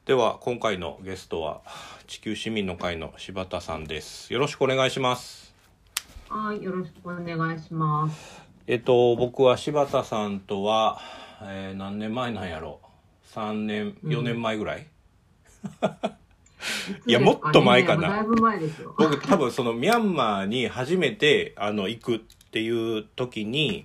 では今回のゲストは地球市民の会の柴田さんです。よろしくお願いします。 はい、よろしくお願いします。 僕は柴田さんとは、何年前なんやろ、3年4年前ぐらい、いやもっと前かな。 だいぶ前ですよ。 僕多分そのミャンマーに初めて行くっていう時に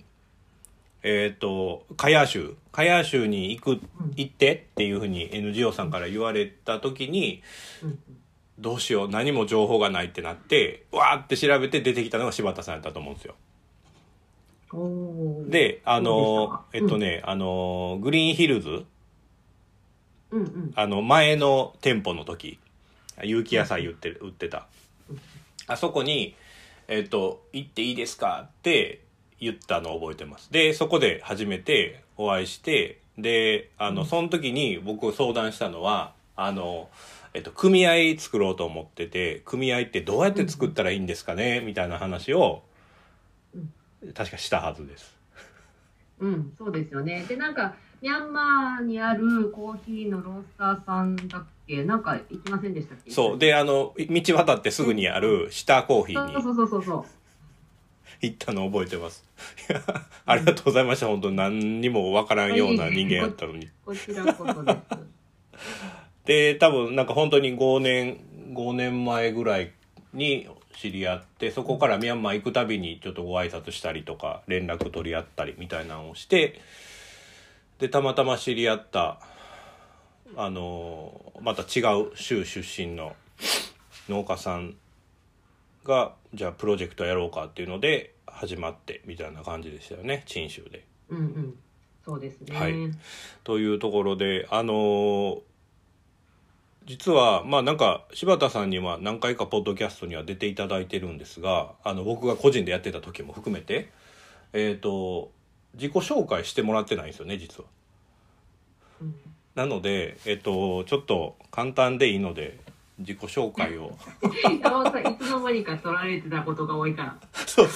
カヤー州に行ってっていうふうに NGO さんから言われた時に、どうしよう、何も情報がないってなってわーって調べて出てきたのが柴田さんやったと思うんですよ。でグリーンヒルズ、前の店舗の時、有機野菜売ってた、あそこに行っていいですかって言ったのを覚えてます。でそこで初めてお会いして、でその時に僕相談したのは組合作ろうと思ってて、組合ってどうやって作ったらいいんですかね、みたいな話を確かしたはずです。 そうですよね。でなんかミャンマーにあるコーヒーのロースターさんだっけ、なんか行きませんでしたっけ？ そうで道渡ってすぐにあるシターコーヒーに行ったのを覚えてます。ありがとうございました。本当に何にもわからんような人間やったのに。 こちらこそです。 で多分なんか本当に5年前ぐらいに知り合って、そこからミャンマー行くたびにちょっとご挨拶したりとか連絡取り合ったりみたいなのをして、でたまたま知り合ったまた違う州出身の農家さんがじゃあプロジェクトやろうかっていうので始まってみたいな感じでしたよね、陳州で。 そうですね。 はい。というところで実はまあなんか柴田さんには何回かポッドキャストには出ていただいてるんですが、僕が個人でやってた時も含めて自己紹介してもらってないんですよね、実は。なのでちょっと簡単でいいので自己紹介を山本さんいつの間にか取られてたことが多いから。 そう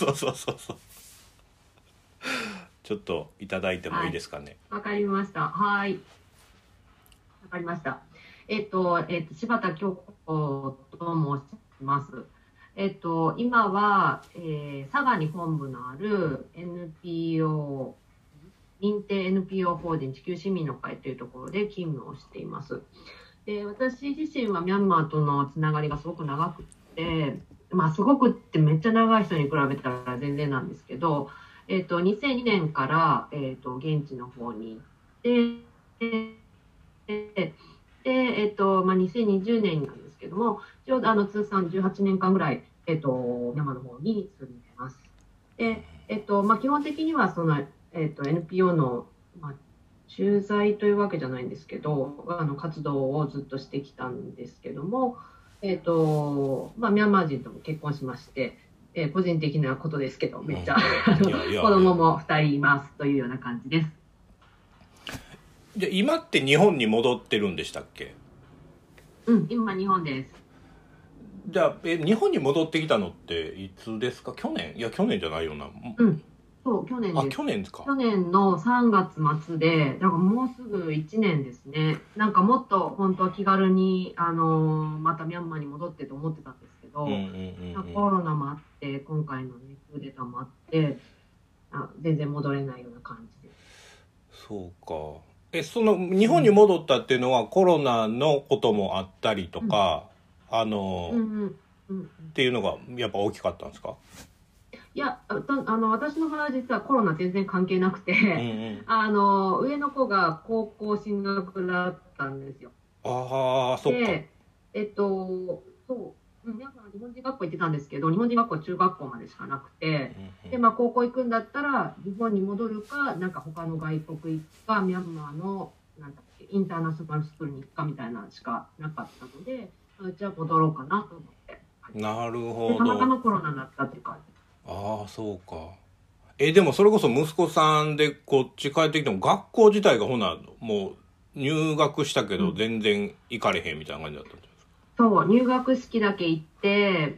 ちょっといただいてもいいですかね。 わかりました。はい。わかりました。柴田京子と申します。今は、佐賀に本部のある NPO、認定 NPO 法人地球市民の会というところで勤務をしています。で、私自身はミャンマーとのつながりがすごく長くて、すごくってめっちゃ長い人に比べたら全然なんですけど、2002年から、現地の方に行って、で、2020年なんですけども、ちょうど通算18年間ぐらい、山の方に住んでます。で、基本的にはその、NPO の、駐在というわけじゃないんですけど、活動をずっとしてきたんですけども、ミャンマー人とも結婚しまして、個人的なことですけど、めっちゃ子供も2人いますというような感じです。 じゃあ今って日本に戻ってるんでしたっけ？ 今日本です。 じゃあ日本に戻ってきたのっていつですか？去年？いや去年じゃないよな。 そう去年です。 去年ですか？ 去年の3月末で、だからもうすぐ1年ですね。なんかもっと本当は気軽にまたミャンマーに戻ってと思ってたんですけど、コロナもあって今回の、ね、クーデターもあって全然戻れないような感じです。 そうか。その日本に戻ったっていうのは、コロナのこともあったりとか、っていうのがやっぱ大きかったんですか？ いや、私の場合は実はコロナ全然関係なくて、上の子が高校進学だったんですよ。 そっか。 で、皆さん日本人学校行ってたんですけど、日本人学校中学校までしかなくて、で高校行くんだったら日本に戻るか、なんか他の外国行くか、ミャンマーのなんだっけインターナショナルスクールに行くかみたいなのしかなかったので、じゃあ戻ろうかなと思って。 なるほど。 たまたまコロナだったっていう感じ。 そうか。でもそれこそ息子さんでこっち帰ってきても学校自体がほなもう入学したけど全然行かれへんみたいな感じだったんですか？ そう、入学式だけ行って、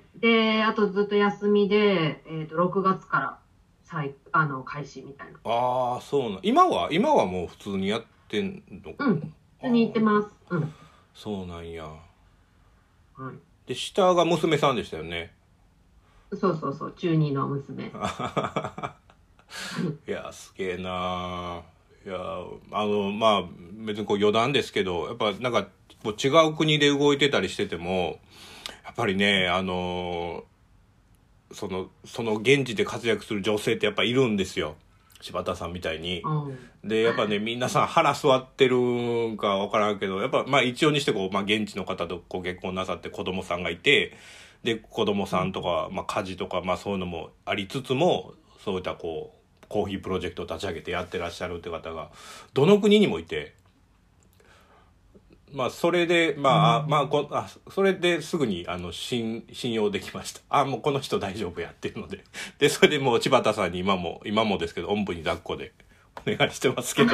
であとずっと休みで、6月から開始みたいな。 そうな。今はもう普通にやってんの？ 普通に行ってます。 そうなんや。 はい。 で下が娘さんでしたよね。 そうそうそう、中二の娘。 いやすげえな。いやまあ別にこう余談ですけど、やっぱなんかこう違う国で動いてたりしててもやっぱりね、その現地で活躍する女性ってやっぱいるんですよ、柴田さんみたいに。 うん。 でやっぱね皆さん腹据わってるんか分からんけど、やっぱまあ一応にしてこう、まあ、現地の方とご結婚なさって子供さんがいて、で子供さんとか、まあ、家事とか、まあ、そういうのもありつつもそういったこうコーヒープロジェクトを立ち上げてやってらっしゃるって方がどの国にもいて、まあそれでまあ、それですぐに信用できました。あ、もうこの人大丈夫やっていうので、でそれでもう柴田さんに今もですけどおんぶに抱っこでお願いしてますけど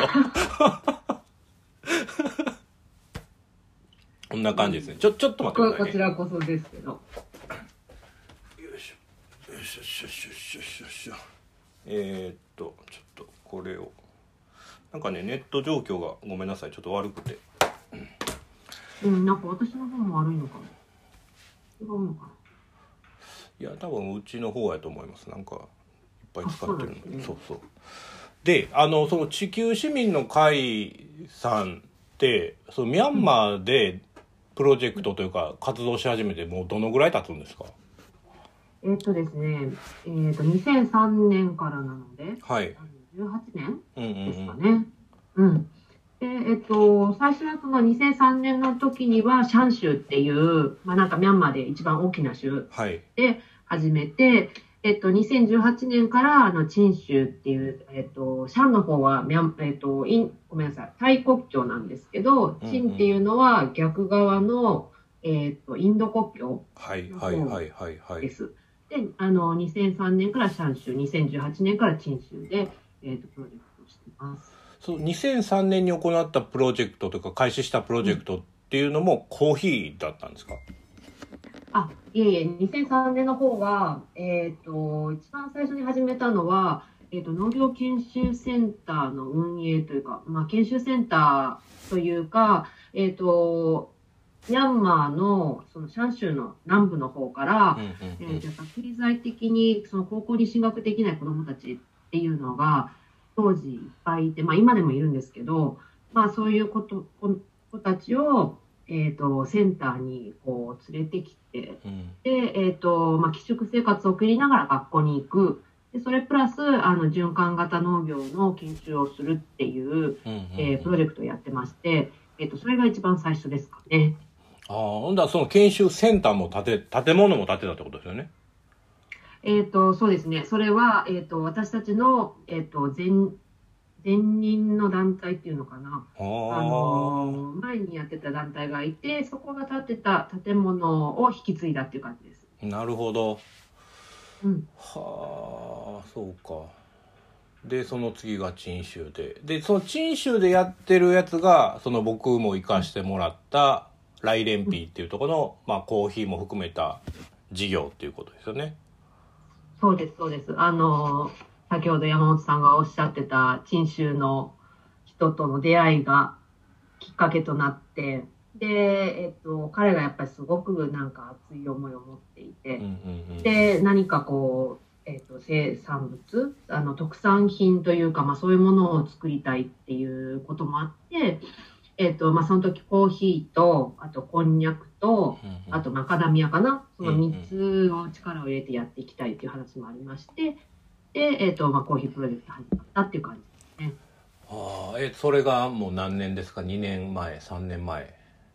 こんな感じですね。ちょっと待ってくださいね。 こちらこそですけど。 よいしょよいしょよいしょよいしょよいしょよいしょ。ちょっとこれをなんかねネット状況がごめんなさいちょっと悪くて、 うん、なんか私の方も悪いのかな。違うのかな。 いや多分うちの方やと思います。なんかいっぱい使ってるの。 そうなんですね。 そうそう。でその地球市民の会さんってそのミャンマーでプロジェクトというか活動し始めてもうどのぐらい経つんですか？ ですね、2003年からなので、 はい。 18年うんうんですうん。 かね。うん。で、最初はその2003年の時には、シャン州っていう、まあなんかミャンマーで一番大きな州はい。 で始めて、2018年からチン州っていう、シャンの方はごめんなさい、タイ国境なんですけど、 うんうチンっていん。 うのは逆側の、インド国境はいの方はいはいはいはい。 です。で、2003年からシャン州、2018年からチン州で、プロジェクトをしています。 そう2003年に行ったプロジェクトというか開始したプロジェクトっていうのもコーヒーだったんですか？ あ、いえいえ、2003年の方は、一番最初に始めたのは、農業研修センターの運営というか、まあ、研修センターというか、ミャンマーのそのシャン州の南部の方から、 うんうんうん。 やっぱ経済的にその高校に進学できない子どもたちっていうのが当時いっぱいいて、まあ、今でもいるんですけど、まあ、そういう子たちをセンターにこう連れてきて、 うんで、まあ、寄宿生活を送りながら学校に行く。で、それプラス、循環型農業の研修をするっていう、 うんうんうん。 プロジェクトをやってまして、それが一番最初ですかね。 ああ、ほんだらその研修センターも建物も建てたってことですよね。 そうですね。それは、私たちの、前任の団体っていうのかな。 あ前にやってた団体がいて、そこが建てた建物を引き継いだっていう感じです。 あ、なるほど。 うん。 はあ、そうか。で、その次が陳州で。で、その陳州でやってるやつが、その僕も行かしてもらった来連うん、 ピーっていうところの、まあコーヒーも含めた事業っていうことですよね。 そうです、そうです。先ほど山本さんがおっしゃってた、陳州の人との出会いがきっかけとなって、で、彼がやっぱりすごくなんか熱い思いを持っていて、 うんうんうんうん。 で、何かこう、生産物、特産品というか、まあそういうものを作りたいっていうこともあって、まあその時コーヒーと、あとこんにゃくと、 うんうんあとマカダミアかな、その3 うんうん。 つを力を入れてやっていきたいという話もありまして、で、まあコーヒープロジェクト始まったっていう感じですね。 ああ、それがもう何年ですか？ 2 年前、3年前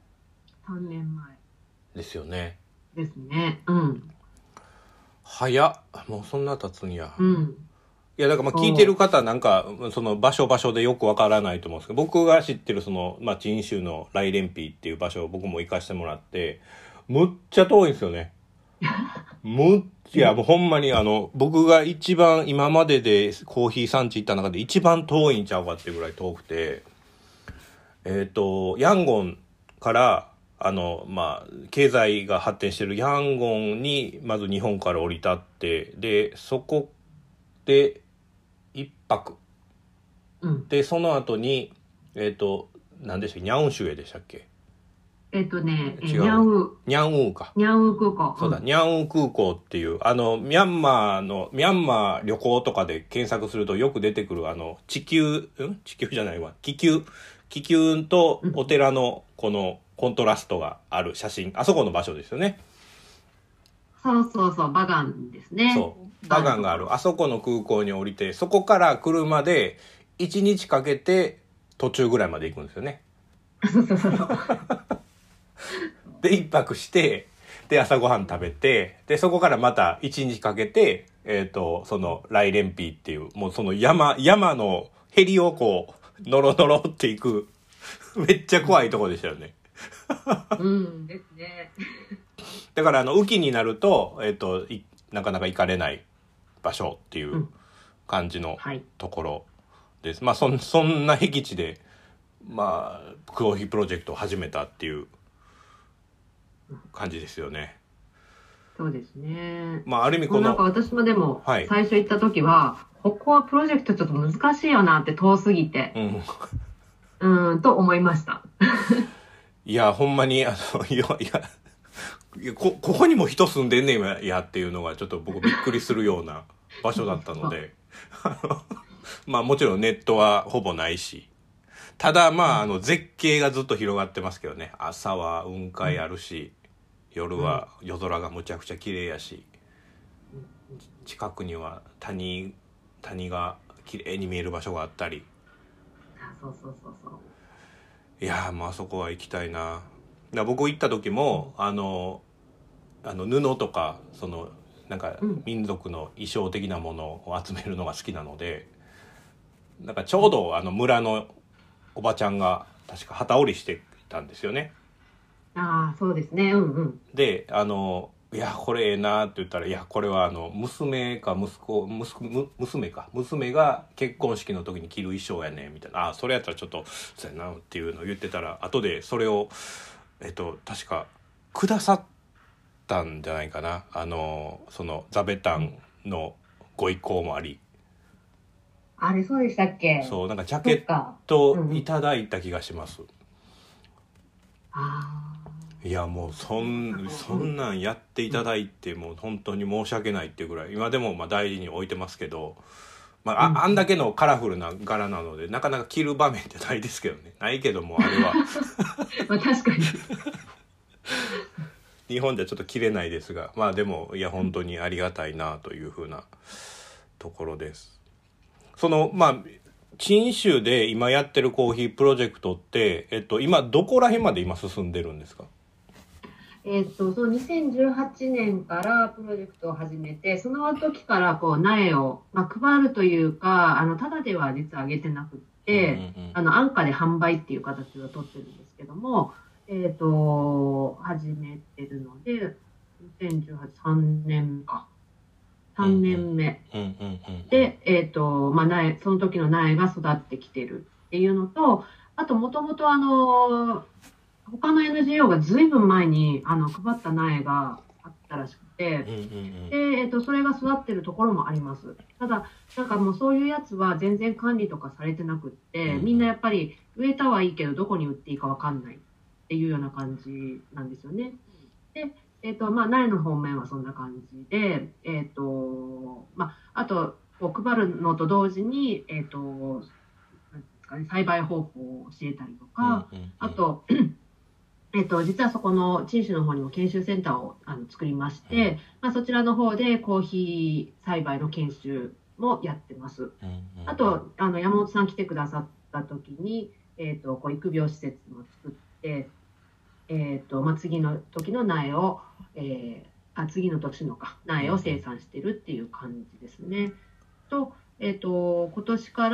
3年前ですよね。 ですね。うん。 早っ。もうそんな経つんや。 うん。 いや、だからまあ聞いてるそ方なんか、その場所でよくわからないと思うんですけど、僕が知ってるその、まあ、陳州の来連ピーっていう場所を僕も行かしてもらって、むっちゃ遠いんですよね。いや、 う。 もうほんまに僕が一番今まででコーヒー産地行った中で一番遠いんちゃうかっていうぐらい遠くて、ヤンゴンから、まあ、経済が発展してるヤンゴンに、まず日本から降り立って、で、そこで一泊。 うん。 で、その後に、何でしたっけ、ニャオン州へでしたっけ？ 違う。 ニャンウニャンウーか。 ー、ニャンウー空港。 そうだ、ニャンウー空港っていう、ミャンマー旅行とかで検索するとよく出てくる、地球じゃないわ。気球とお寺のこのコントラストがある写真、あそこの場所ですよね。 そうそうそう、バガンですね。 そう。バガンがある。あそこの空港に降りて、そこから車で1日かけて途中ぐらいまで行くんですよね。 そうそうそうそう。 で、一泊して、で、朝ごはん食べて、で、そこからまた1日かけて、その、ライレンピーっていう、もうその山のヘリをこう、ノロノロっていく、めっちゃ怖いとこでしたよね。 うんですね。 だから、雨季になると、なかなか行かれない場所っていう感じのはい。 ところです。まあ、そんな僻地で、まあ、コーヒープロジェクトを始めたっていう感じですよね。 そうですね。 まあ、ある意味もうなんかこの、 私もでも、 はい。 最初行った時は、ここはプロジェクトちょっと難しいよなって遠すぎて、と思いました。 いや、ほんまに、いやここにも人住んでんねんやっていうのがちょっと僕びっくりするような場所だったので、まあもちろんネットはほぼないし、ただまあ絶景がずっと広がってますけどね。朝は雲海あるし、夜は夜空がむちゃくちゃ綺麗やし、近くには谷が綺麗に見える場所があったり、 そうそうそうそう。 いやーもうあそこは行きたいな。だから僕行った時も布とかそのなんか民族の衣装的なものを集めるのが好きなので、なんかちょうど村のおばちゃんが確か機織りしてたんですよね。 ああ、そうですね。うんうん。 でいやこれええなって言ったら、いやこれは娘か娘が結婚式の時に着る衣装やねみたいな、あそれやったらちょっとそうやなっていうのを言ってたら、後でそれを確かくださったんじゃないかな、そのザベタンのご意向もあり、 あれ、そうでしたっけ？ そうなんかジャケッそっか。 トいただいた気がします。 あいやもうそんなんやっていただいてもう本当に申し訳ないっていうぐらい、今でもまあ大事に置いてますけど、まあ、あんだけのカラフルな柄なのでなかなか着る場面ってないですけどね。ないけどもあれはまあ確かに。 日本じゃちょっと着れないですが、まあでもいや本当にありがたいなというふうなところです。そのまあ陳州で今やってるコーヒープロジェクトって、今どこら辺まで今進んでるんですか？ その2018年からプロジェクトを始めて、その時からこう苗を、まあ、配るというか、ただでは実はあげてなくて、安価で販売っていう形をとってるんですけども、始めてるので、2018、3年か。3年目。で、まあ、その時の苗が育ってきてるっていうのと、あと、もともと他の NGO がずいぶん前に配った苗があったらしくて、で、それが育ってるところもあります。ただ、なんかもうそういうやつは全然管理とかされてなくって、みんなやっぱり植えたはいいけど、どこに売っていいかわかんないっていうような感じなんですよね。で、まあ、苗の方面はそんな感じで、まあ、あと、こう配るのと同時に、なんですかね、栽培方法を教えたりとか、あと、実はそこの陳州の方にも研修センターを作りまして、まあ、そちらの方でコーヒー栽培の研修もやってます。あと、山本さん来てくださった時に、こう育苗施設も作って、まあ、次の時の苗を、次の年の苗を生産してるっていう感じですね。と、今年から、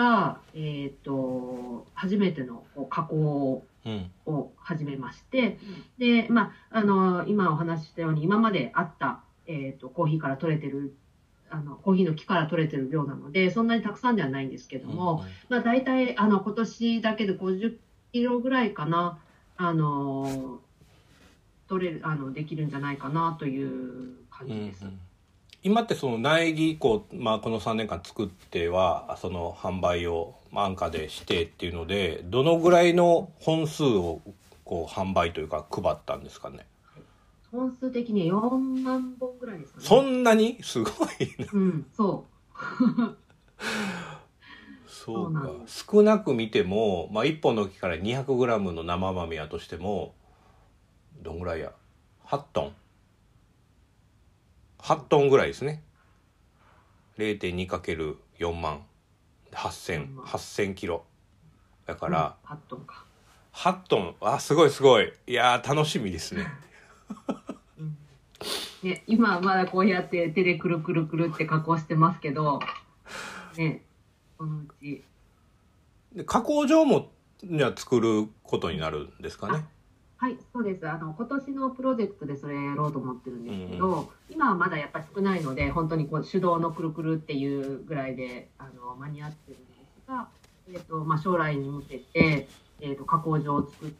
初めての加工を始めまして、で、まあ、今お話ししたように、今まであった、コーヒーから取れてる、コーヒーの木から取れてる量なので、そんなにたくさんではないんですけども、まあ、大体、今年だけで50キロぐらいかな、取れる、できるんじゃないかなという感じです。 今ってその苗木まあ、この3年間作ってはその販売を安価でしてっていうので、どのぐらいの本数をこう販売というか配ったんですかね。 本数的に4万本ぐらいですかね。 そんなにすごいな。 うん、そう。 そうか。少なく見ても、まあ、1本の木から 200g の生豆やとしてもどんぐらいや、8トン8トンぐらいですね。 0.2×4 万8000キロだから、 8トンか。 8トン、あ、すごいすごい。いやー、楽しみですね。 ね、今はまだこうやって手でくるくるくるって加工してますけど、ね、このうち。 で加工場もじゃあ作ることになるんですかね。 はい、そうです。今年のプロジェクトでそれやろうと思ってるんですけど、今はまだやっぱり少ないので、本当にこう手動のくるくるっていうぐらいで間に合ってるんですが、まあ、将来に向けて、加工場を作って、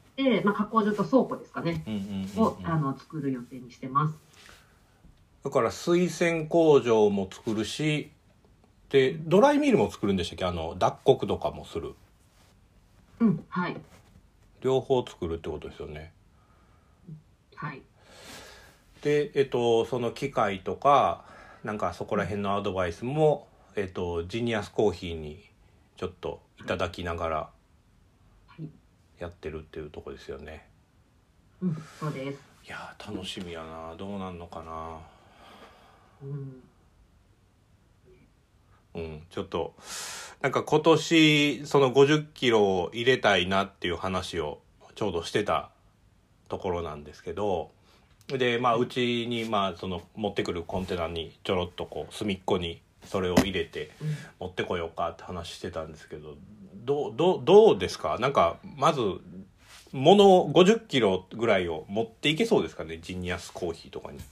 まあ、加工場と倉庫ですかね、を作る予定にしてます。 だから水洗工場も作るし、でドライミールも作るんでしたっけ、脱穀とかもする。 うん、はい。 両方作るってことですよね。 はい。 でその機械とかなんかそこら辺のアドバイスもジニアスコーヒーにちょっといただきながらやってるっていうところですよね。 うん、そうです。 いや楽しみやな。どうなんのかな。ちょっとなんか今年その50キロを入れたいなっていう話をちょうどしてたところなんですけど、でまあうちにまあその持ってくるコンテナにちょろっとこう隅っこにそれを入れて持ってこようかって話してたんですけど、どうですか。なんかまず物50キロぐらいを持っていけそうですかね、ジニアスコーヒーとかに。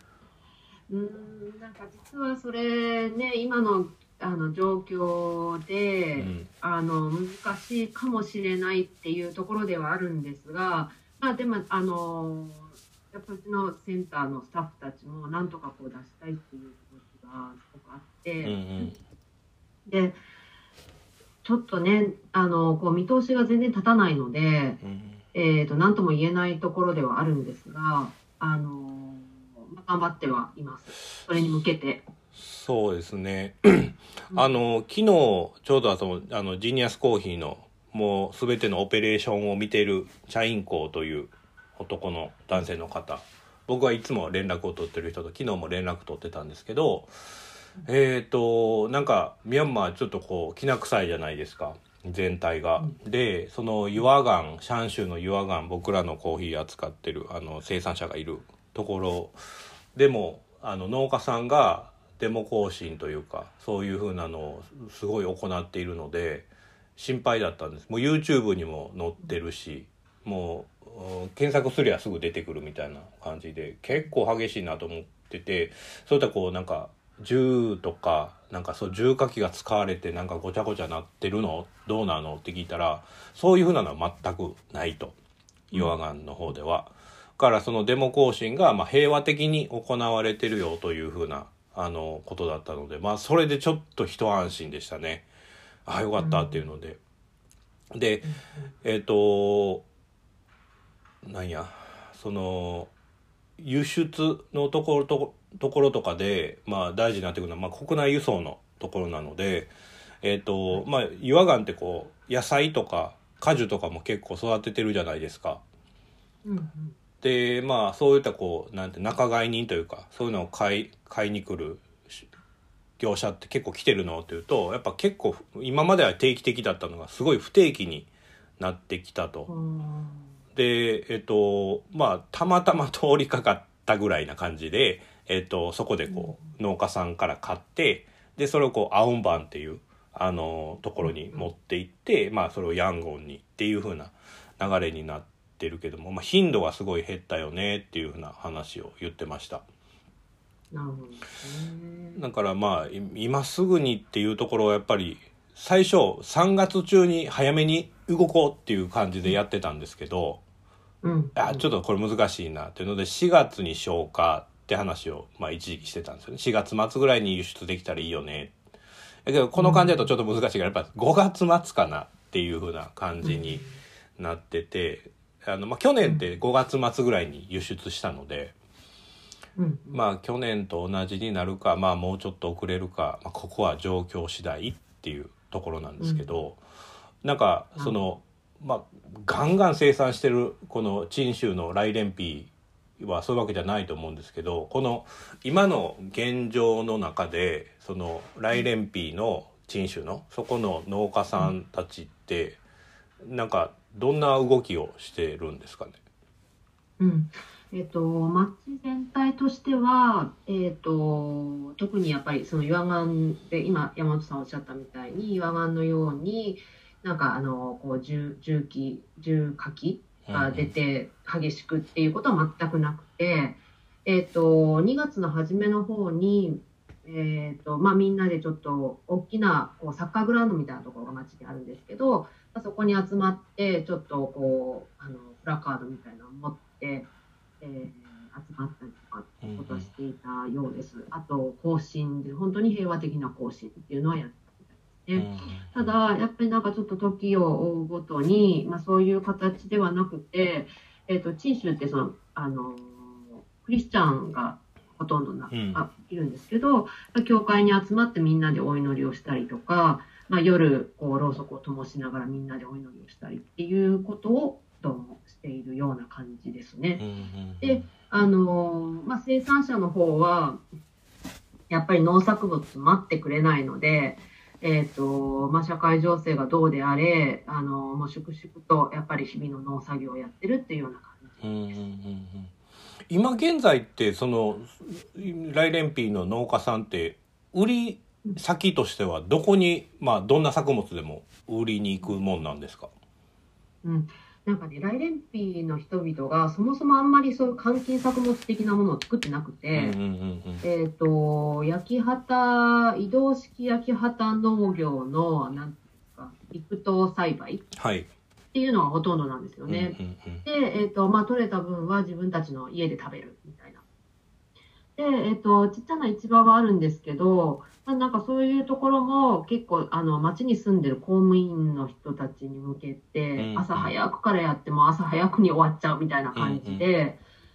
なんか実はそれね、今の状況で、難しいかもしれないっていうところではあるんですが、まあでもやっぱうちのセンターのスタッフたちもなんとかこう出したいっていう気持ちがすごくあって、でちょっとねこう見通しが全然立たないので、何とも言えないところではあるんですが、頑張ってはいます。それに向けて。 そうですね。昨日ちょうどジニアスコーヒーのもう全てのオペレーションを見ている社員工という男の男性の方、僕はいつも連絡を取ってる人と昨日も連絡取ってたんですけど、なんかミャンマーちょっとこうきな臭いじゃないですか、全体が。でそのユアガン、シャン州のユアガン、僕らのコーヒー扱ってる生産者がいるところでも農家さんがデモ行進というかそういう風なのをすごい行っているので心配だったんです。もう YouTube にも載ってるし、もう検索すりゃすぐ出てくるみたいな感じで結構激しいなと思ってて、そういったこうなんか銃とかなんかそう銃火器が使われてなんかごちゃごちゃなってるのどうなのって聞いたら、そういう風なのは全くないと、ヨアガンの方では。からそのデモ行進がまあ平和的に行われてるよという風なことだったので、まあそれでちょっと一安心でしたね。ああよかったっていうので、でなんやその輸出のところとかでまあ大事になってくるのは、まあ、国内輸送のところなので、まあユアガンってこう野菜とか果樹とかも結構育ててるじゃないですか。でまあそういったこうなんて仲買人というかそういうのを買いに来る業者って結構来てるのっていうと、やっぱ結構今までは定期的だったのがすごい不定期になってきたと。でまあたまたま通りかかったぐらいな感じで、そこでこう農家さんから買って、でそれをこうアウンバンっていうところに持って行って、まあそれをヤンゴンにっていう風な流れになってるけども、まあ、頻度がすごい減ったよねっていう風な話を言ってました。 なるほどね。 だからまあ今すぐにっていうところはやっぱり最初3月中に早めに動こうっていう感じでやってたんですけど、ちょっとこれ難しいなっていうので4月にしようかって話をまあ一時期してたんですよね。4月末ぐらいに輸出できたらいいよね。だけどこの感じだとちょっと難しいからやっぱ5月末かなっていう風な感じになってて、 去年って5月末ぐらいに輸出したので、去年と同じになるか、もうちょっと遅れるか、ここは状況次第っていうところなんですけど、なんかその、ガンガン生産してるこの陳州の来蓮ピーはそういうわけじゃないと思うんですけど、この今の現状の中でその来蓮ピーの陳州のそこの農家さんたちってなんかどんな動きをしてるんですかね。 町全体としては、特にやっぱりその岩岩で今山本さんおっしゃったみたいに岩岩のようになんかこう重火器が出て激しくっていうことは全くなくて、2月の初めの方に、みんなでちょっと大きなこうサッカーグラウンドみたいなところが町にあるんですけど、そこに集まってちょっとこうプラカードみたいなのを持って、集まったりとかっていうことをしていたようです。あと行進で本当に平和的な行進っていうのはやってたみたいですね。ただやっぱりなんかちょっと時を追うごとに、そういう形ではなくて、陳州ってそのクリスチャンがほとんどいるんですけど、教会に集まってみんなでお祈りをしたりとか、夜こうろうそくを灯しながらみんなでお祈りをしたりっていうことをどうもしているような感じですね。で、生産者の方はやっぱり農作物待ってくれないので、社会情勢がどうであれもう粛々とやっぱり日々の農作業をやってるっていうような感じです。 今現在ってその来蓮ピーの農家さんって売り先としてはどこに、どんな作物でも売りに行くもんなんですか？ なんかね、来蓮ピーの人々がそもそもあんまりそういう換金作物的なものを作ってなくて、焼き畑、移動式焼き畑農業のなんていうか陸稲栽培っていうのがほとんどなんですよね。で、取れた分は自分たちの家で食べるみたいな。で、ちっちゃな市場はあるんですけど、なんかそういうところも結構町に住んでる公務員の人たちに向けて、朝早くからやっても朝早くに終わっちゃうみたいな感じで、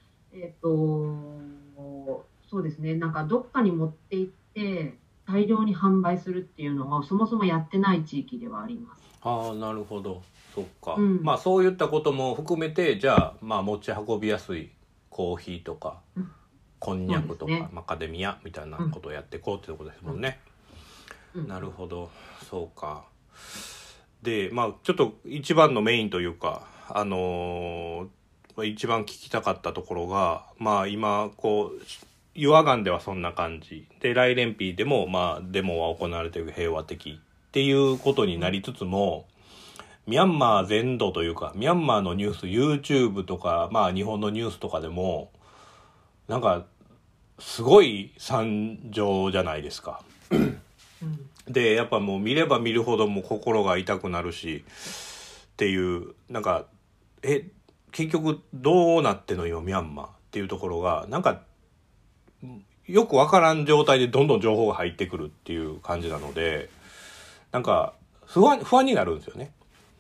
そうですね、なんかどっかに持って行って大量に販売するっていうのがそもそもやってない地域ではあります。 なるほど、そっか。そういったことも含めてじゃあ、持ち運びやすいコーヒーとか、こんにゃくとか、マカデミアみたいなことをやっていこうってことですもんね。なるほど、そうか。で、ちょっと一番のメインというか、一番聞きたかったところが、今こう岩岩ではそんな感じで、来蓮ピーでもデモは行われている平和的っていうことになりつつも、ミャンマー全土というかミャンマーのニュース YouTube とか、日本のニュースとかでもなんかすごい惨状じゃないですか。でやっぱもう見れば見るほどもう心が痛くなるしっていう、なんか結局どうなってんのよミャンマーっていうところがなんかよくわからん状態でどんどん情報が入ってくるっていう感じなので、なんか不安になるんですよね。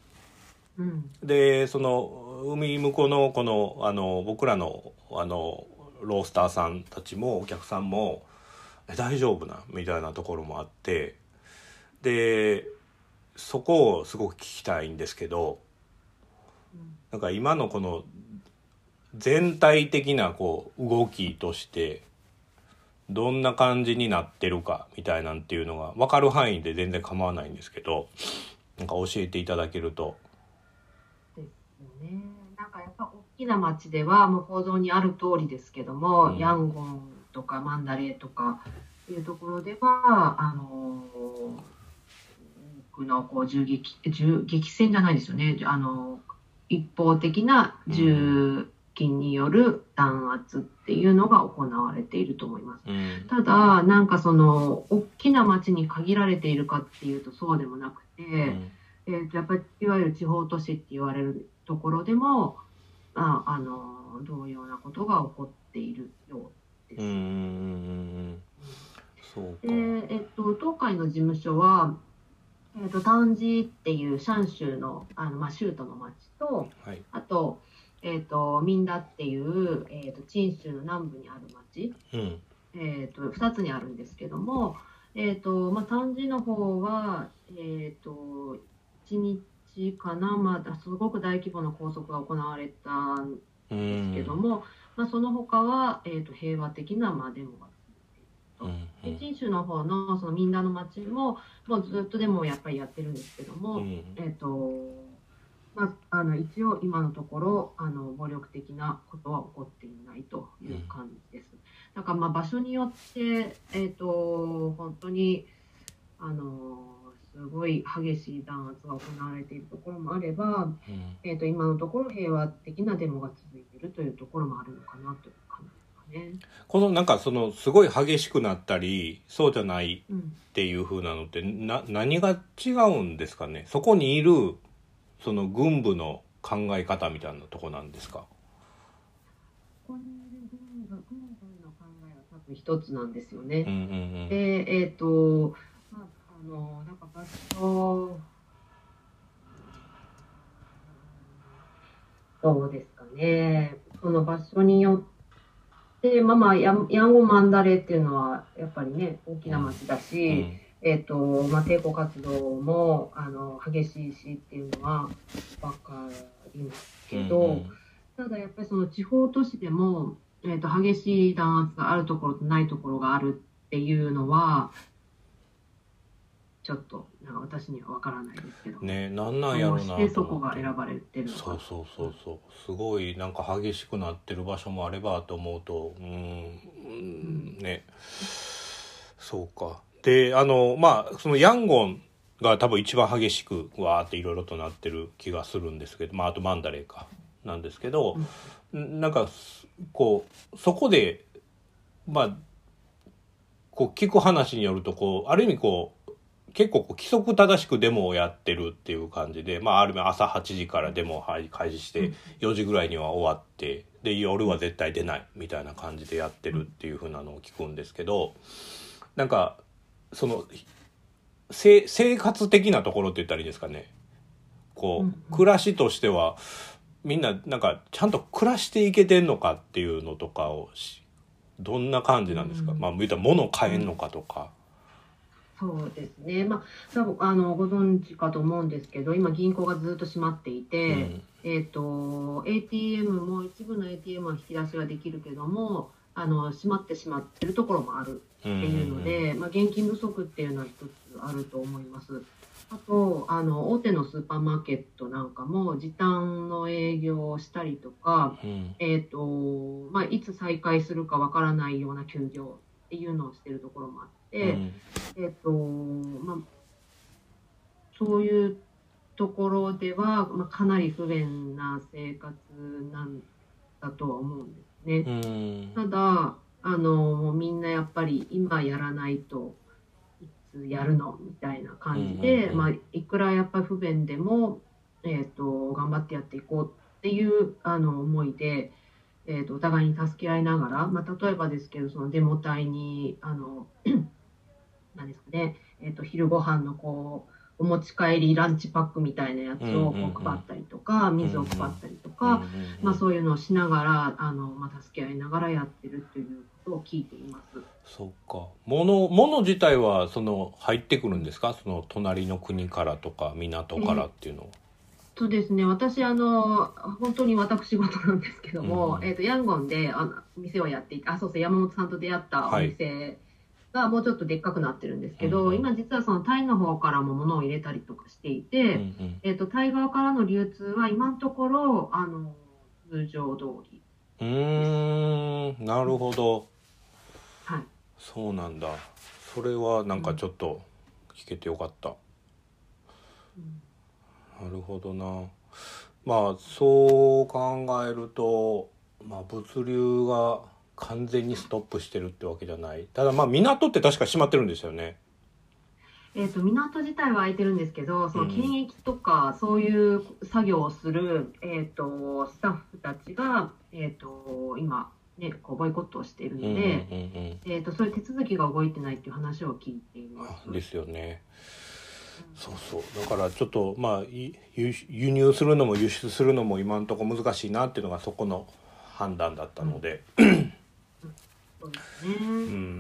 でその海向こうのこの僕らのロースターさんたちもお客さんも大丈夫なみたいなところもあって、でそこをすごく聞きたいんですけど、なんか今のこの全体的なこう動きとしてどんな感じになってるかみたいなんていうのが分かる範囲で全然構わないんですけど、なんか教えていただけると。 ですね。なんかやっぱ大きな町ではもう構造にある通りですけども、ヤンゴンとかマンダレーとかいうところでは多くのこう撃戦じゃないですよね。一方的な銃器による弾圧っていうのが行われていると思います。ただなんかその大きな町に限られているかっていうとそうでもなくて、やっぱりいわゆる地方都市って言われるところでも同様なことが起こっているようです。そうか。で、東海の事務所はタウンジっていうシャン州の州都の町と、あとミンダっていう、陳州の南部にある町、 うん 2つにあるんですけども、丹治の方は、1日かな、すごく大規模な拘束が行われたんうですけどんも、その他は、平和的な、デモが続いていると。 うんで陳州の方のそのミンダの町も、もうずっとデモをやっぱりやってるんですけども、 うん一応今のところ暴力的なことは起こっていないという感じです。だから場所によって、本当にすごい激しい弾圧が行われているところもあれば、今のところ平和的なデモが続いているというところもあるのかなという感じですかね。 このなんかそのすごい激しくなったりそうじゃないうんっていう風なのって何が違うんですかね。そこにいるその軍部の考え方みたいなとこなんですか。 ここにいる軍部の考えは多分一つなんですよね。 うんうんで、なんか場所、どうですかね。その場所によって、ヤンゴンマンダレーっていうのは、やっぱりね、大きな町だし、抵抗活動も激しいしっていうのは分かりますけど、ただやっぱりその地方都市でも、激しい弾圧があるところとないところがあるっていうのは、ちょっとなんか私には分からないですけどね、なんなんやろうなと思って。 そこが選ばれてるのか。 そうすごいなんか激しくなってる場所もあればと思うとね、そうか。でそのヤンゴンが多分一番激しくわーっていろいろとなってる気がするんですけど、あとマンダレーかなんですけど、なんかこうそこでこう聞く話によるとある意味結構規則正しくデモをやってるっていう感じで、ある意味朝8時からデモを開始して4時ぐらいには終わってで夜は絶対出ないみたいな感じでやってるっていう風なのを聞くんですけど、なんかその生活的なところって言ったらいいですかね。暮らしとしてはみんななんかちゃんと暮らしていけてんのかっていうのとかをどんな感じなんですか。言ったら物買えんのかとか。 そうですね、多分ご存知かと思うんですけど、今銀行がずっと閉まっていて、ATM も一部の ATM は引き出しはできるけども閉まってしまってるところもあるっていうので、現金不足っていうのは一つあると思います。あと大手のスーパーマーケットなんかも時短の営業をしたりとか、いつ再開するかわからないような休業っていうのをしているところもあって、そういうところでは、かなり不便な生活なんだとは思うんですね。ただもうみんなやっぱり今やらないといつやるのみたいな感じで、いくらやっぱり不便でも、頑張ってやっていこうっていう思いで。お互いに助け合いながら、例えばですけどそのデモ隊に何ですかね、昼ご飯のお持ち帰りランチパックみたいなやつを配ったりとか、水を配ったりとか、そういうのをしながら助け合いながらやってるということを聞いています。 そうか。物自体は入ってくるんですか。その隣の国からとか港からっていうのは。 そうですね、私本当に私事なんですけども、ヤンゴンで店をやっていて、そうそう、山本さんと出会ったお店がもうちょっとでっかくなってるんですけど、今実はそのタイの方からも物を入れたりとかしていて、タイ側からの流通は今のところ通常通りです。 なるほど。 はい。 そうなんだ。それはなんかちょっと聞けてよかった。なるほどな。そう考えると、物流が完全にストップしてるってわけじゃない。ただ港って確か閉まってるんですよね。 港自体は開いてるんですけど、その検疫とかそういう作業をする、スタッフたちが、今ねボイコットをしているので、そういう手続きが動いてないっていう話を聞いています。 ですよね。 そうそう、だからちょっとまあ輸入するのも輸出するのも今のところ難しいなっていうのがそこの判断だったので、 そうですね。 うん、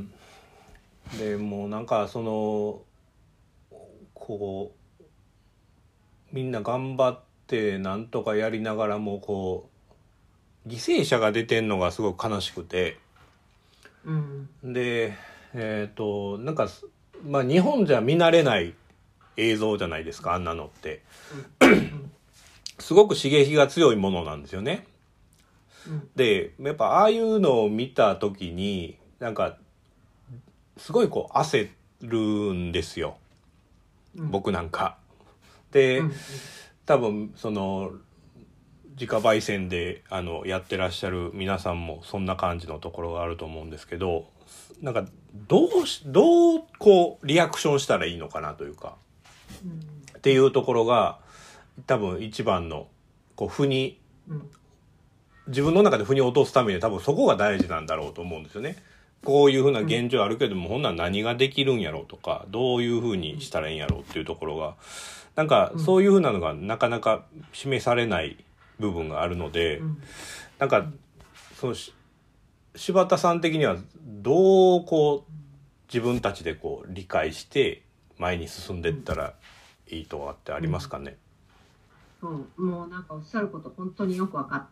でもうなんかそのこうみんな頑張ってなんとかやりながらもこう犠牲者が出てんのがすごく悲しくて、 うん、 でなんかまあ日本じゃ見慣れない映像じゃないですか、あんなのって。 うん、 すごく刺激が強いものなんですよね。 うん、 でやっぱああいうのを見た時になんかすごいこう焦るんですよ、 うん、 僕なんか。で、 うん、 多分その自家焙煎でやってらっしゃる皆さんもそんな感じのところがあると思うんですけど、なんかどうこうリアクションしたらいいのかなというか、っていうところが多分一番のこう負に、自分の中で負に落とすために多分そこが大事なんだろうと思うんですよね。こういうふうな現状あるけども、ほんなら何ができるんやろうとか、どういうふうにしたらいいんやろうっていうところがなんかそういうふうなのがなかなか示されない部分があるので、なんかその柴田さん的にはどうこう自分たちでこう理解して前に進んでいったらいいとかってありますかね。 そう、もうなんかおっしゃること本当によく分かって、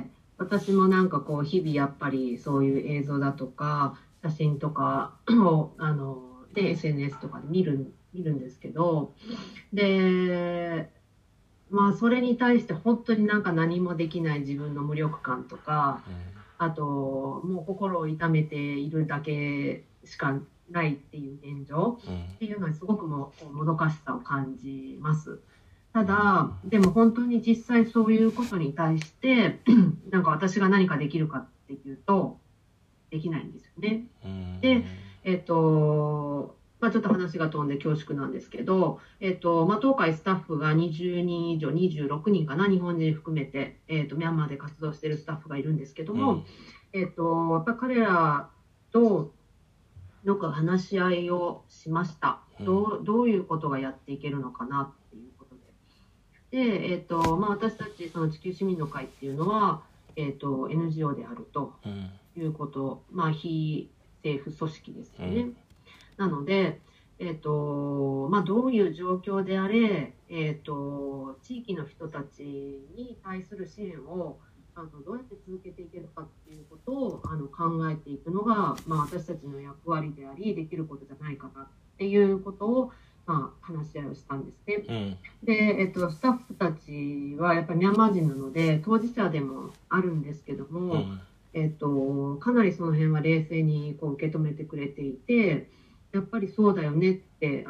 私もなんかこう日々やっぱりそういう映像だとか写真とかをで SNS とかで見るんですけど、でまあそれに対して本当になんか何もできない自分の無力感とか、あともう心を痛めているだけしかないっていう現状っていうのはすごくもどかしさを感じます。ただでも本当に実際そういうことに対してなんか私が何かできるかっていうとできないんですよね。で、まあ、ちょっと話が飛んで恐縮なんですけど、まあ、当会スタッフが20人以上、26人かな、日本人含めて、ミャンマーで活動しているスタッフがいるんですけども、やっぱ彼らとよく話し合いをしました。どういうことがやっていけるのかなっていうことで。で、まあ、私たちその地球市民の会っていうのは、NGO であるということ、まあ、非政府組織ですよね。なので、まあ、どういう状況であれ、地域の人たちに対する支援をどうやって続けていけるかっていうことを考えていくのが、まあ、私たちの役割でありできることじゃないかなっていうことを、まあ、話し合いをしたんですね。で、スタッフたちはやっぱりミャンマー人なので当事者でもあるんですけども、かなりその辺は冷静にこう受け止めてくれていて、やっぱりそうだよねって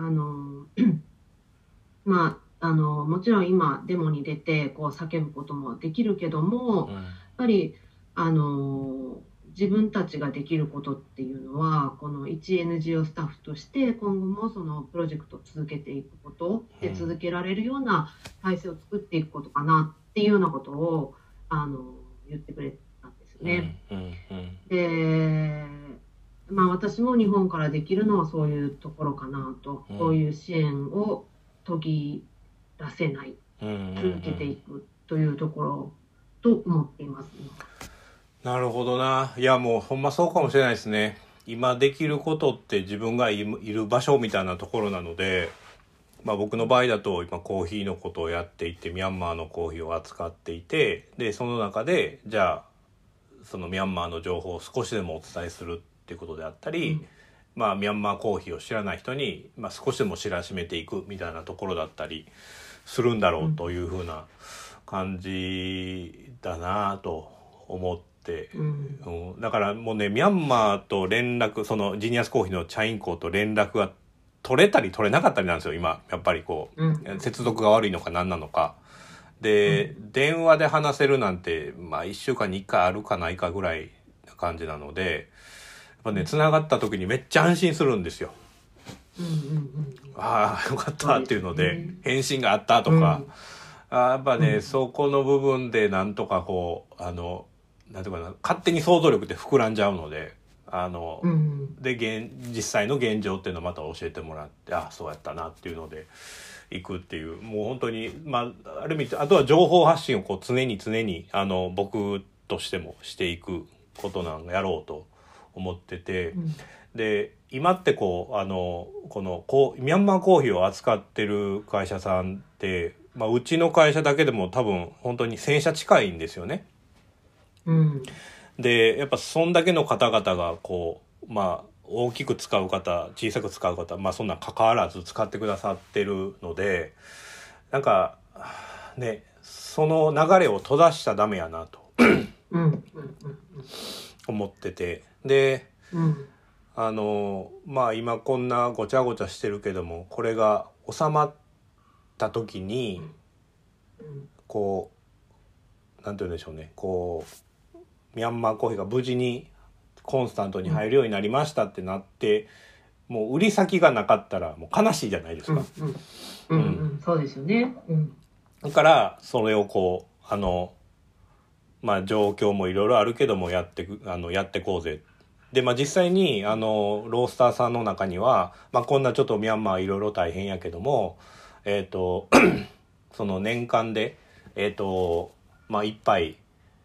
まあ、もちろん今デモに出てこう叫ぶこともできるけども、やっぱり自分たちができることっていうのはこの一 NGO スタッフとして今後もそのプロジェクトを続けていくことで続けられるような体制を作っていくことかなっていうようなことを言ってくれたんですよね。で、まあ、私も日本からできるのはそういうところかなと、そういう支援を途切らせない、続けていくというところと思っています、ね。 なるほどな。いやもうほんまそうかもしれないですね。今できることって自分がいる場所みたいなところなので、まあ、僕の場合だと今コーヒーのことをやっていてミャンマーのコーヒーを扱っていて、でその中でじゃあそのミャンマーの情報を少しでもお伝えするっていうことであったり、まあ、ミャンマーコーヒーを知らない人に、まあ、少しでも知らしめていくみたいなところだったりするんだろうというふうな感じだなと思って、だからもうねミャンマーと連絡、そのジニアスコーヒーのチャインコーと連絡が取れたり取れなかったりなんですよ今。やっぱりこう、接続が悪いのか何なのかで、電話で話せるなんて、まあ、1週間に1回あるかないかぐらいな感じなので、やっぱね繋がった時にめっちゃ安心するんですよ。ああよかったっていうので、返信があったとか、やっぱね、そこの部分でなんとかこうなんていうかな、勝手に想像力って膨らんじゃうので、 で実際の現状っていうのをまた教えてもらって、あそうやったなっていうので行くっていう、もう本当にある意味あとは情報発信をこう常に僕としてもしていくことなんやろうと思ってて、で今ってこのミャンマーコーヒーを扱ってる会社さんって、うちの会社だけでも多分本当に1000社近いんですよね。でやっぱそんだけの方々がこう大きく使う方小さく使う方そんな関わらず使ってくださってるので、なんかねその流れを閉ざしちゃダメやなと思ってて、で今こんなごちゃごちゃしてるけども、これが収まった時にこうなんて言うんでしょうね、こうミャンマーコーヒーが無事にコンスタントに入るようになりましたってなって、もう売り先がなかったらもう悲しいじゃないですか。 そうですよね。 だからそれをこう状況もいろいろあるけどもやってこうぜ。で実際にロースターさんの中には、こんなちょっとミャンマーいろいろ大変やけどもその年間で一杯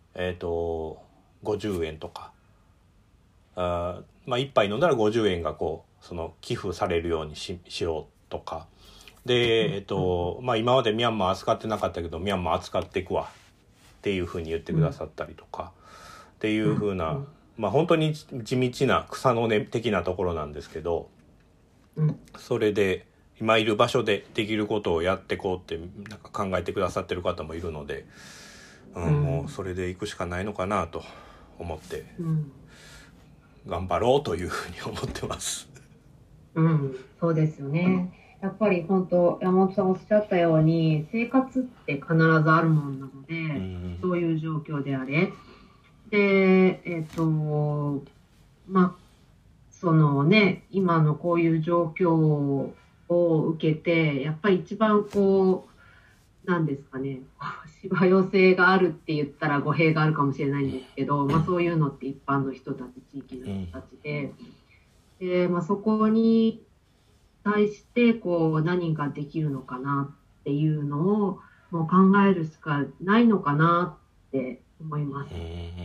50円とか一杯飲んだら50円がこうその寄付されるように しようとかで、今までミャンマー扱ってなかったけどミャンマー扱っていくわっていうふうに言ってくださったりとか、っていうふうな、本当に地道な草の根的なところなんですけど、それで今いる場所でできることをやっていこうってなんか考えてくださってる方もいるので、もうそれでいくしかないのかなと思って、頑張ろうというふうに思ってます。 そうですよね。やっぱり本当山本さんおっしゃったように生活って必ずあるものなので、そういう状況であれでそのね今のこういう状況を受けてやっぱり一番こうなんですかね、しわ寄せがあるって言ったら語弊があるかもしれないんですけど、そういうのって一般の人たち地域の人たちで、そこに対してこう何ができるのかなっていうのをもう考えるしかないのかなって思います。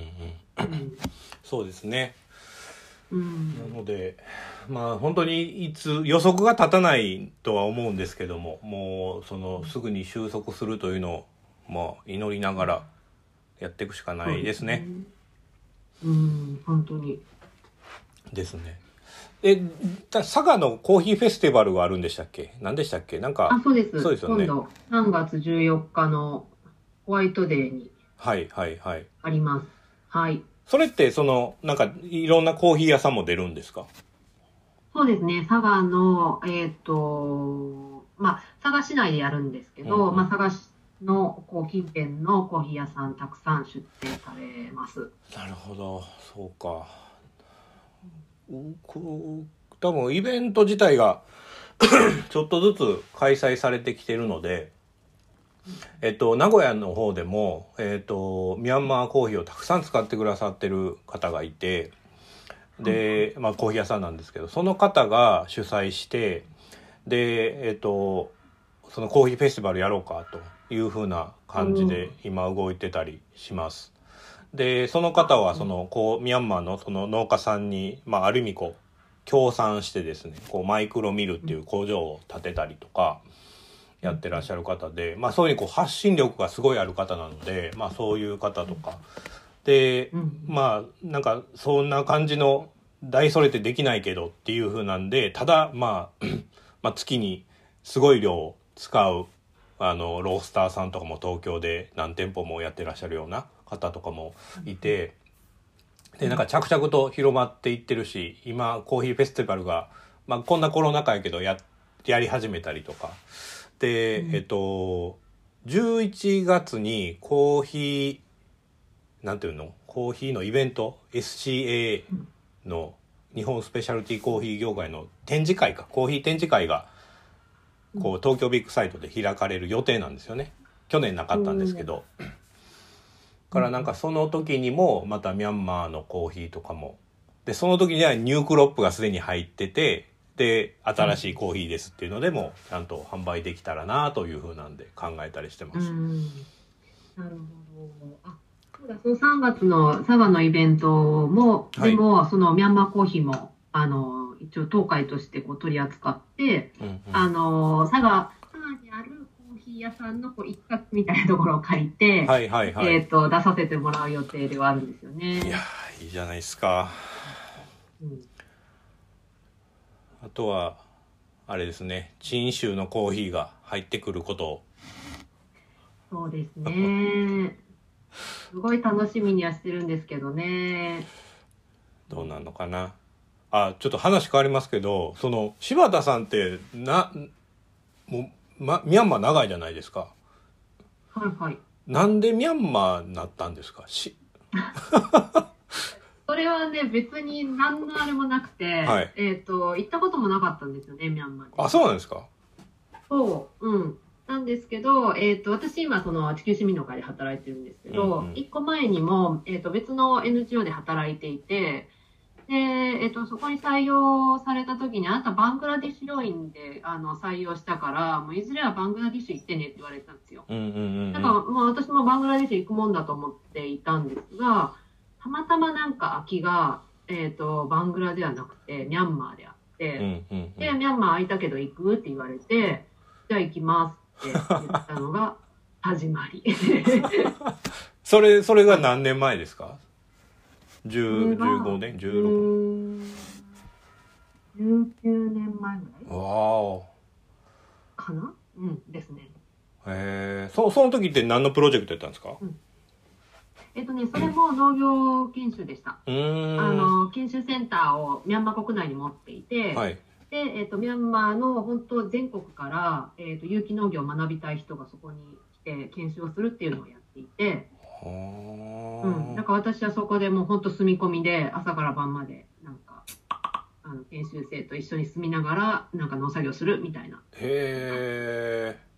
そうですね。なので本当にいつ予測が立たないとは思うんですけども、もうそのすぐに収束するというのを祈りながらやっていくしかないですね。 本当にですね。佐賀のコーヒーフェスティバルがあるんでしたっけ？何でしたっけ？なんかそうです。 そうですよね。 今度3月14日のホワイトデーにあります。はい。 それってなんかいろんなコーヒー屋さんも出るんですか？ そうですね。佐賀の佐賀市内でやるんですけど、佐賀市の近辺のコーヒー屋さんたくさん出店されます。 なるほど、そうか。多分イベント自体がちょっとずつ開催されてきてるので、名古屋の方でも、ミャンマーコーヒーをたくさん使ってくださってる方がいて、で、コーヒー屋さんなんですけど、その方が主催して、で、そのコーヒーフェスティバルやろうかというふうな感じで今動いてたりします。でその方はミャンマーのその農家さんに、ある意味協賛してですね、マイクロミルっていう工場を建てたりとかやってらっしゃる方で、そういう発信力がすごいある方なので、そういう方とかで、なんかそんな感じの大それてできないけどっていう風なんで、ただ月にすごい量を使うロースターさんとかも東京で何店舗もやってらっしゃるような方とかもいて、でなんか着々と広まっていってるし、今コーヒーフェスティバルが、こんなコロナ禍やけどやり始めたりとかで、11月にコーヒーのイベント SCA の日本スペシャルティコーヒー業界の展示会コーヒー展示会が東京ビッグサイトで開かれる予定なんですよね。去年なかったんですけど、からなんかその時にもまたミャンマーのコーヒーとかもでその時にはニュークロップがすでに入ってて、で新しいコーヒーですっていうのでもちゃんと販売できたらなという風なんで考えたりしてます。 なるほど。あ、そうだ、その3月の佐賀のイベントも、 はい、 でもそのミャンマーコーヒーも一応当会としてこう取り扱って、 うんうん、 佐賀にあるコーヒー屋さんのこう一角みたいなところを借りて、 はいはいはい、 出させてもらう予定ではあるんですよね。 いやいいじゃないですか。あとはあれですね、陳州のコーヒーが入ってくることを。 そうですね。すごい楽しみにはしてるんですけどね。 どうなのかな。あ、ちょっと話変わりますけど、その柴田さんってもう、ミャンマー長いじゃないですか。 はいはい。 なんでミャンマーになったんですか。 それはね、別に何のあれもなくて、 はい、 行ったこともなかったんですよね、ミャンマーに。 あ、そうなんですか。 そう、うん。なんですけど、私今、その地球市民の会で働いてるんですけど、 うんうん、 1個前にも、別の NGO で働いていて、で、そこに採用された時に、あなたバングラディッシュ要員で採用したから、もういずれはバングラディッシュ行ってねって言われたんですよ。 うんうんうんうん、 だからもう私もバングラディッシュ行くもんだと思っていたんですが、たまたまなんか空きが、バングラではなくてミャンマーであって、 うんうんうん、 でミャンマー空いたけど行くって言われて、じゃあ行きますって言ったのが始まりそれが何年前ですか。15年16年 19年前ぐらいわーかな、うんですね。 その時って何のプロジェクトやったんですか。 それも農業研修でした。研修センターをミャンマー国内に持っていて、 はい、 で、ミャンマーの本当全国から、有機農業を学びたい人がそこに来て研修をするっていうのをやっていて、だから私はそこでもう本当住み込みで朝から晩までなんか研修生と一緒に住みながらなんか農作業するみたいな。 へー。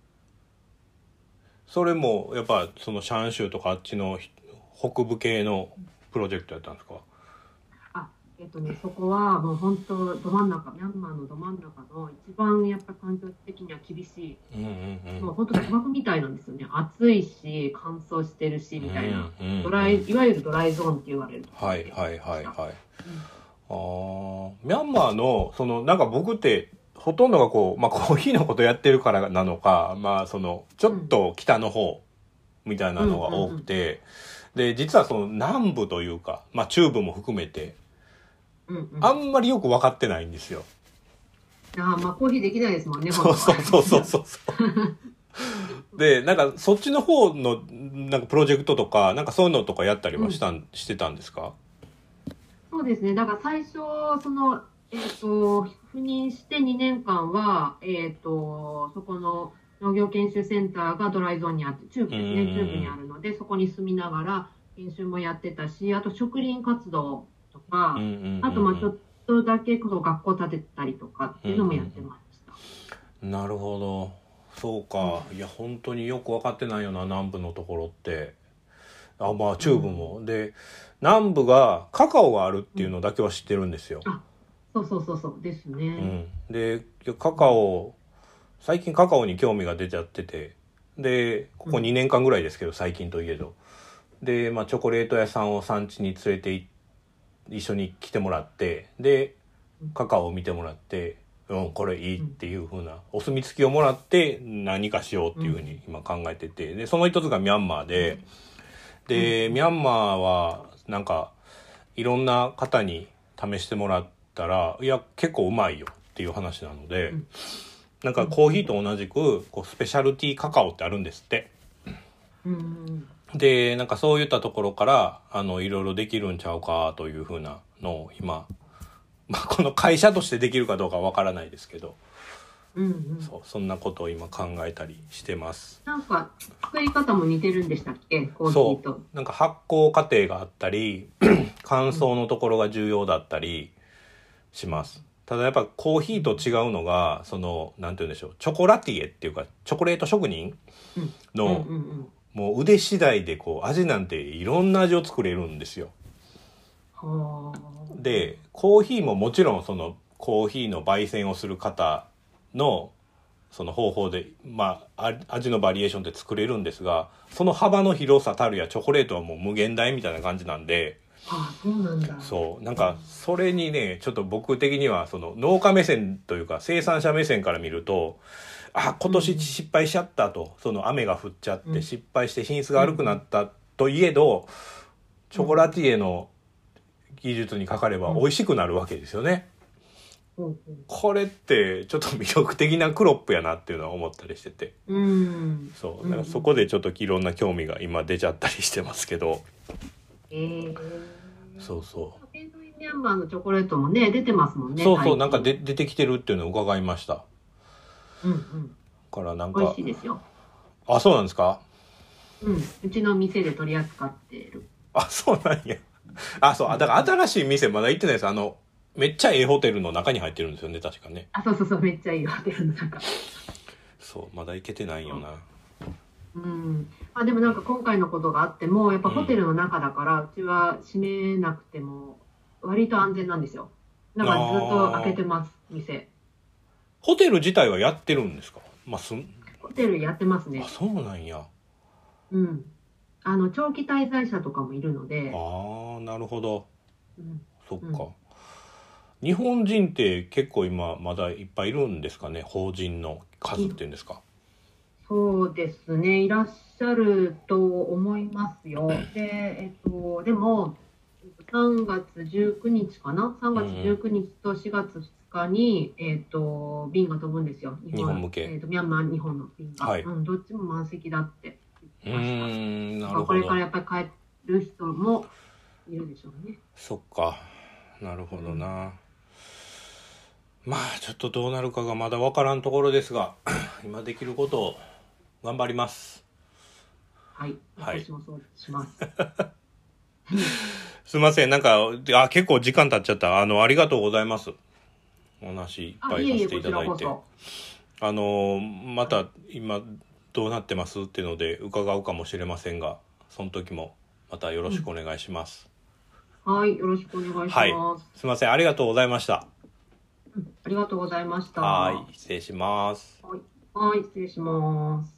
それもやっぱそのシャン州とかあっちの北部系のプロジェクトやったんですか。 そこはもう本当ど真ん中、ミャンマーのど真ん中の一番やっぱ環境的には厳しい、もう本当砂漠みたいなんですよね。暑いし乾燥してるしみたいな、いわゆるドライゾーンって言われるところで。 はい。ミャンマーのそのなんか僕ってほとんどがこう、コーヒーのことやってるからなのか、そのちょっと北の方みたいなのが多くて、で実はその南部というか、中部も含めて、あんまりよく分かってないんですよ。 コーヒーできないですもんね。 そうでなんかそっちの方のなんかプロジェクトとかなんかそういうのとかやったりはしてたんですか。 そうですね。だから最初その赴任して2年間はそこの農業研修センターがドライゾーンにあって中部ですね、中部にあるのでそこに住みながら研修もやってたし、あと植林活動とか、あとちょっとだけこの学校建てたりとかっていうのもやってました。 なるほど、そうか。いや本当によく分かってないよな、南部のところって。中部も、で南部がカカオがあるっていうのだけは知ってるんですよ。 そうですね。 でカカオ、最近カカオに興味が出ちゃってて、でここ2年間ぐらいですけど、最近といえど、でチョコレート屋さんを産地に連れて一緒に来てもらって、でカカオを見てもらって、これいいっていう風なお墨付きをもらって何かしようっていう風に今考えてて、でその一つがミャンマーで、ミャンマーはなんかいろんな方に試してもらったら、いや結構うまいよっていう話なので、なんかコーヒーと同じくこうスペシャルティーカカオってあるんですって。でなんかそういったところからいろいろできるんちゃうかというふうなのを今、この会社としてできるかどうかわからないですけど、そんなことを今考えたりしてます。 なんか作り方も似てるんでしたっけ、コーヒーと。 そう、なんか発酵過程があったり乾燥のところが重要だったりします。ただやっぱコーヒーと違うのが、そのなんて言うんでしょう、チョコラティエっていうかチョコレート職人のもう腕次第でこう味なんていろんな味を作れるんですよ。 でコーヒーももちろんそのコーヒーの焙煎をする方のその方法で、まあ、味のバリエーションって作れるんですが、その幅の広さたるやチョコレートはもう無限大みたいな感じなんで、 あ、そうなんだ。 そうなんかそれにねちょっと僕的にはその農家目線というか生産者目線から見ると、あ、今年失敗しちゃったと、その雨が降っちゃって失敗して品質が悪くなったといえど、ショコラティエの技術にかかれば美味しくなるわけですよね。これってちょっと魅力的なクロップやなっていうのは思ったりしてて、そうだからそこでちょっといろんな興味が今出ちゃったりしてますけど、そうそう。 ミャンマーのチョコレートもね出てますもんね。 そうそう、なんか出てきてるっていうのを伺いました。からなんか美味しいですよ。 あ、そうなんですか。 うちの店で取り扱ってる。 あ、そうなんや。あ、そう、だから新しい店まだ行ってないです。めっちゃええホテルの中に入ってるんですよね、確かね。 あ、そうそうそう、めっちゃいいホテルの中。 そう、まだ行けてないよな。 あ、でもなんか今回のことがあってもやっぱホテルの中だから、うちは閉めなくても割と安全なんですよ。だからずっと開けてます、店。 ホテル自体はやってるんですか。 ホテルやってますね。 あ、そうなんや。 長期滞在者とかもいるので。 ああ、なるほど。そっか。日本人って結構今まだいっぱいいるんですかね、法人の数っていうんですか。 そうですね、いらっしゃると思いますよ。で、でも3月19日かな、3月19日と4月2日に、便が飛ぶんですよ。 日本向け。 ミャンマー日本の便が、どっちも満席だって言ってました。なるほど。これからやっぱり帰る人もいるでしょうね。 そっか、なるほどな。まあちょっとどうなるかがまだ分からんところですが今できることを頑張ります。 はい、私もそうしますすいません、なんか結構時間経っちゃった。ありがとうございます。お話いっぱいさせていただいて、また今どうなってますっていうので伺うかもしれませんが、その時もまたよろしくお願いします。 はい、よろしくお願いします。 すいません、ありがとうございました。 ありがとうございました。 はい、失礼します。 はい、失礼します。